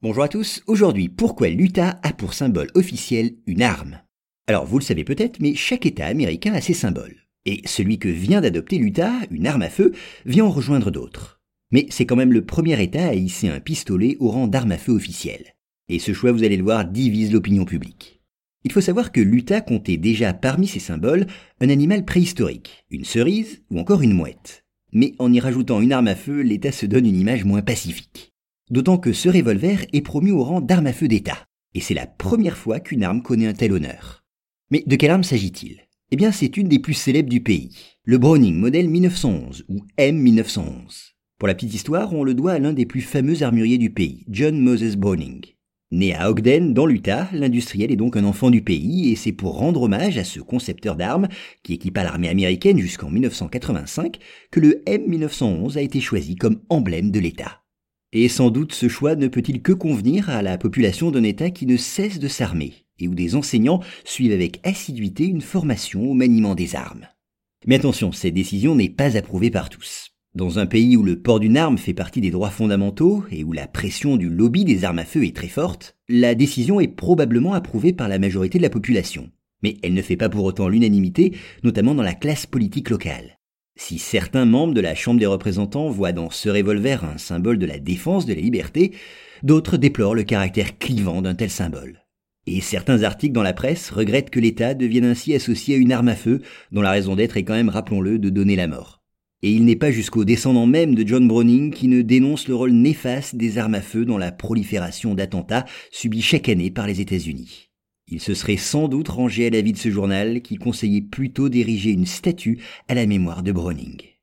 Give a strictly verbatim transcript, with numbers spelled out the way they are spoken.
Bonjour à tous, aujourd'hui pourquoi l'Utah a pour symbole officiel une arme. Alors vous le savez peut-être, mais chaque État américain a ses symboles. Et celui que vient d'adopter l'Utah, une arme à feu, vient en rejoindre d'autres. Mais c'est quand même le premier État à hisser un pistolet au rang d'arme à feu officielle. Et ce choix, vous allez le voir, divise l'opinion publique. Il faut savoir que l'Utah comptait déjà parmi ses symboles un animal préhistorique, une cerise ou encore une mouette. Mais en y rajoutant une arme à feu, l'État se donne une image moins pacifique. D'autant que ce revolver est promu au rang d'arme à feu d'État. Et c'est la première fois qu'une arme connaît un tel honneur. Mais de quelle arme s'agit-il ? Eh bien, c'est une des plus célèbres du pays, le Browning modèle mille neuf cent onze, ou M mille neuf cent onze. Pour la petite histoire, on le doit à l'un des plus fameux armuriers du pays, John Moses Browning. Né à Ogden, dans l'Utah, l'industriel est donc un enfant du pays, et c'est pour rendre hommage à ce concepteur d'armes, qui équipa l'armée américaine jusqu'en mille neuf cent quatre-vingt-cinq, que le M mille neuf cent onze a été choisi comme emblème de l'État. Et sans doute ce choix ne peut-il que convenir à la population d'un État qui ne cesse de s'armer, et où des enseignants suivent avec assiduité une formation au maniement des armes. Mais attention, cette décision n'est pas approuvée par tous. Dans un pays où le port d'une arme fait partie des droits fondamentaux et où la pression du lobby des armes à feu est très forte, la décision est probablement approuvée par la majorité de la population. Mais elle ne fait pas pour autant l'unanimité, notamment dans la classe politique locale. Si certains membres de la Chambre des représentants voient dans ce revolver un symbole de la défense de la liberté, d'autres déplorent le caractère clivant d'un tel symbole. Et certains articles dans la presse regrettent que l'État devienne ainsi associé à une arme à feu, dont la raison d'être est quand même, rappelons-le, de donner la mort. Et il n'est pas jusqu'aux descendants même de John Browning qui ne dénoncent le rôle néfaste des armes à feu dans la prolifération d'attentats subis chaque année par les États-Unis. Il se serait sans doute rangé à l'avis de ce journal qui conseillait plutôt d'ériger une statue à la mémoire de Browning.